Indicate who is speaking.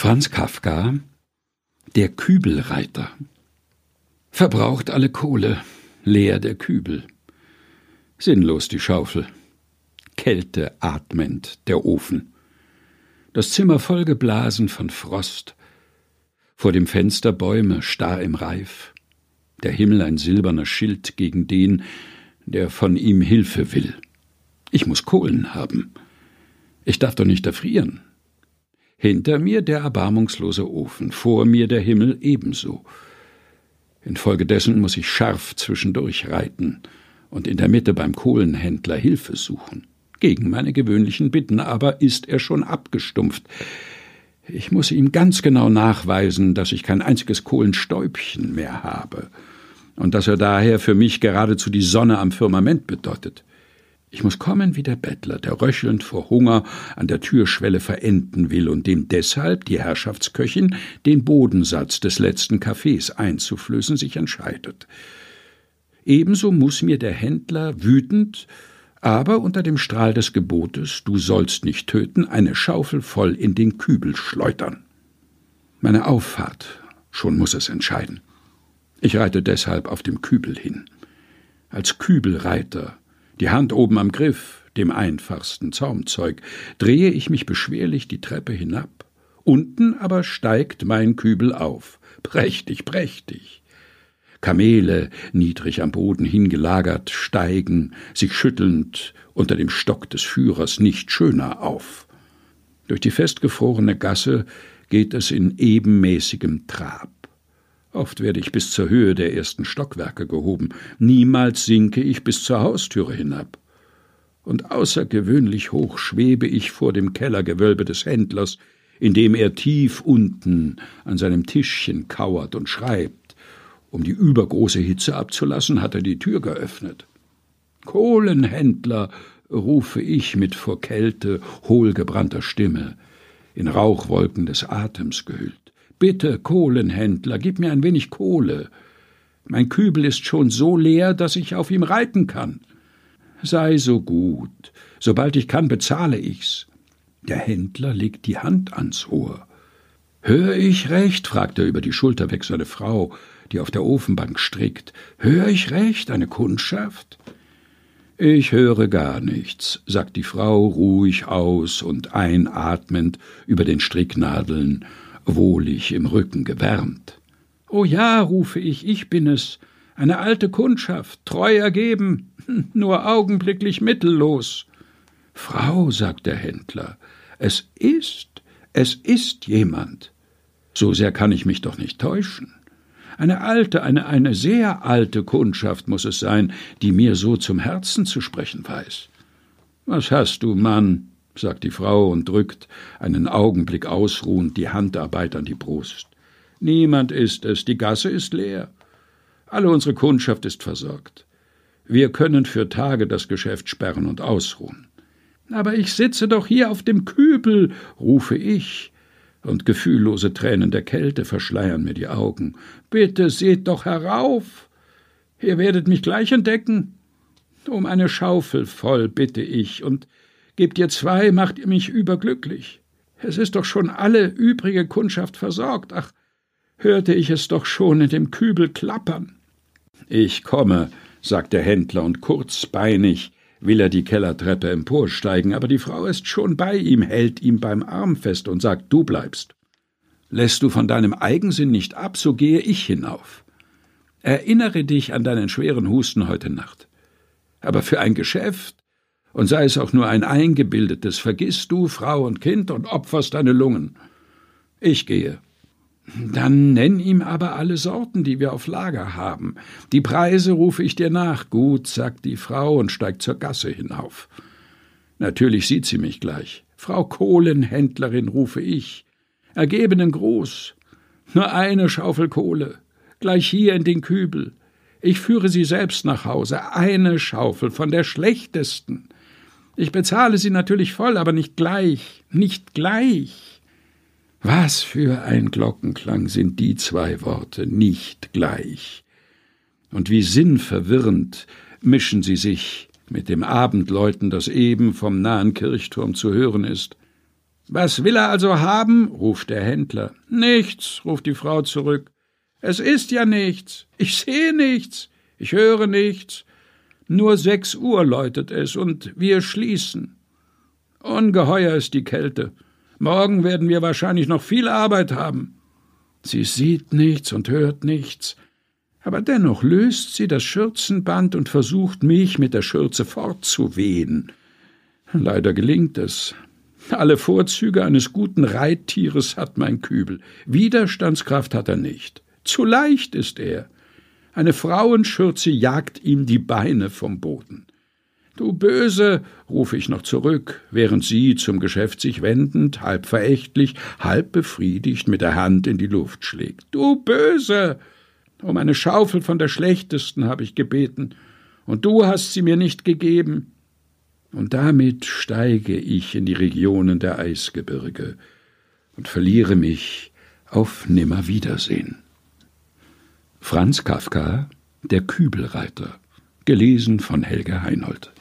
Speaker 1: Franz Kafka, der Kübelreiter. Verbraucht alle Kohle, leer der Kübel. Sinnlos die Schaufel, Kälte atmend der Ofen. Das Zimmer vollgeblasen von Frost, vor dem Fenster Bäume starr im Reif, der Himmel ein silberner Schild gegen den, der von ihm Hilfe will. Ich muß Kohlen haben, ich darf doch nicht erfrieren. Hinter mir der erbarmungslose Ofen, vor mir der Himmel ebenso. Infolgedessen muß ich scharf zwischendurch reiten und in der Mitte beim Kohlenhändler Hilfe suchen. Gegen meine gewöhnlichen Bitten aber ist er schon abgestumpft. Ich muß ihm ganz genau nachweisen, dass ich kein einziges Kohlenstäubchen mehr habe und dass er daher für mich geradezu die Sonne am Firmament bedeutet. Ich muß kommen wie der Bettler, der röchelnd vor Hunger an der Türschwelle verenden will und dem deshalb die Herrschaftsköchin den Bodensatz des letzten Kaffees einzuflößen sich entscheidet. Ebenso muß mir der Händler wütend, aber unter dem Strahl des Gebotes, du sollst nicht töten, eine Schaufel voll in den Kübel schleudern. Meine Auffahrt, schon muß es entscheiden. Ich reite deshalb auf dem Kübel hin. Als Kübelreiter, die Hand oben am Griff, dem einfachsten Zaumzeug, drehe ich mich beschwerlich die Treppe hinab. Unten aber steigt mein Kübel auf. Prächtig, prächtig. Kamele, niedrig am Boden hingelagert, steigen, sich schüttelnd unter dem Stock des Führers nicht schöner auf. Durch die festgefrorene Gasse geht es in ebenmäßigem Trab. Oft werde ich bis zur Höhe der ersten Stockwerke gehoben, niemals sinke ich bis zur Haustüre hinab. Und außergewöhnlich hoch schwebe ich vor dem Kellergewölbe des Händlers, in dem er tief unten an seinem Tischchen kauert und schreibt. Um die übergroße Hitze abzulassen, hat er die Tür geöffnet. »Kohlenhändler«, rufe ich mit vor Kälte hohlgebrannter Stimme, in Rauchwolken des Atems gehüllt. »Bitte, Kohlenhändler, gib mir ein wenig Kohle. Mein Kübel ist schon so leer, dass ich auf ihm reiten kann. Sei so gut, sobald ich kann, bezahle ich's.« Der Händler legt die Hand ans Ohr. »Hör ich recht?« fragt er über die Schulter weg seine Frau, die auf der Ofenbank strickt. »Hör ich recht, eine Kundschaft?« »Ich höre gar nichts«, sagt die Frau ruhig aus und einatmend über den Stricknadeln, wohlig im Rücken gewärmt. »Oh ja«, rufe ich bin es, eine alte Kundschaft, treu ergeben, nur augenblicklich mittellos.« »Frau«, sagt der Händler, es ist jemand. So sehr kann ich mich doch nicht täuschen. Eine alte, eine sehr alte Kundschaft muß es sein, die mir so zum Herzen zu sprechen weiß.« »Was hast du, Mann?«, sagt die Frau und drückt, einen Augenblick ausruhend, die Handarbeit an die Brust. »Niemand ist es, die Gasse ist leer. Alle unsere Kundschaft ist versorgt. Wir können für Tage das Geschäft sperren und ausruhen. Aber ich sitze doch hier auf dem Kübel«, rufe ich, und gefühllose Tränen der Kälte verschleiern mir die Augen. »Bitte seht doch herauf. Ihr werdet mich gleich entdecken. Um eine Schaufel voll bitte ich, und gebt ihr 2, macht ihr mich überglücklich. Es ist doch schon alle übrige Kundschaft versorgt. Ach, hörte ich es doch schon in dem Kübel klappern.« »Ich komme«, sagt der Händler, und kurzbeinig will er die Kellertreppe emporsteigen, aber die Frau ist schon bei ihm, hält ihm beim Arm fest und sagt, »Du bleibst. Lässt du von deinem Eigensinn nicht ab, so gehe ich hinauf. Erinnere dich an deinen schweren Husten heute Nacht. Aber für ein Geschäft, und sei es auch nur ein eingebildetes, vergisst du Frau und Kind und opferst deine Lungen. Ich gehe.« »Dann nenn ihm aber alle Sorten, die wir auf Lager haben. Die Preise rufe ich dir nach.« »Gut«, sagt die Frau und steigt zur Gasse hinauf. Natürlich sieht sie mich gleich. »Frau Kohlenhändlerin«, rufe ich, »ergebenen Gruß. Nur eine Schaufel Kohle, gleich hier in den Kübel. Ich führe sie selbst nach Hause, eine Schaufel von der schlechtesten. Ich bezahle sie natürlich voll, aber nicht gleich, nicht gleich.« Was für ein Glockenklang sind die 2 Worte, nicht gleich. Und wie sinnverwirrend mischen sie sich mit dem Abendläuten, das eben vom nahen Kirchturm zu hören ist. »Was will er also haben?« ruft der Händler. »Nichts«, ruft die Frau zurück. »Es ist ja nichts. Ich sehe nichts. Ich höre nichts. Nur 6 Uhr läutet es und wir schließen. Ungeheuer ist die Kälte. Morgen werden wir wahrscheinlich noch viel Arbeit haben.« Sie sieht nichts und hört nichts, aber dennoch löst sie das Schürzenband und versucht, mich mit der Schürze fortzuwehen. Leider gelingt es. Alle Vorzüge eines guten Reittieres hat mein Kübel. Widerstandskraft hat er nicht. Zu leicht ist er. Eine Frauenschürze jagt ihm die Beine vom Boden. »Du Böse«, rufe ich noch zurück, während sie zum Geschäft sich wendend, halb verächtlich, halb befriedigt mit der Hand in die Luft schlägt. »Du Böse! Um eine Schaufel von der schlechtesten habe ich gebeten, und du hast sie mir nicht gegeben.« Und damit steige ich in die Regionen der Eisgebirge und verliere mich auf Nimmerwiedersehen. Franz Kafka, Der Kübelreiter, gelesen von Helga Heinold.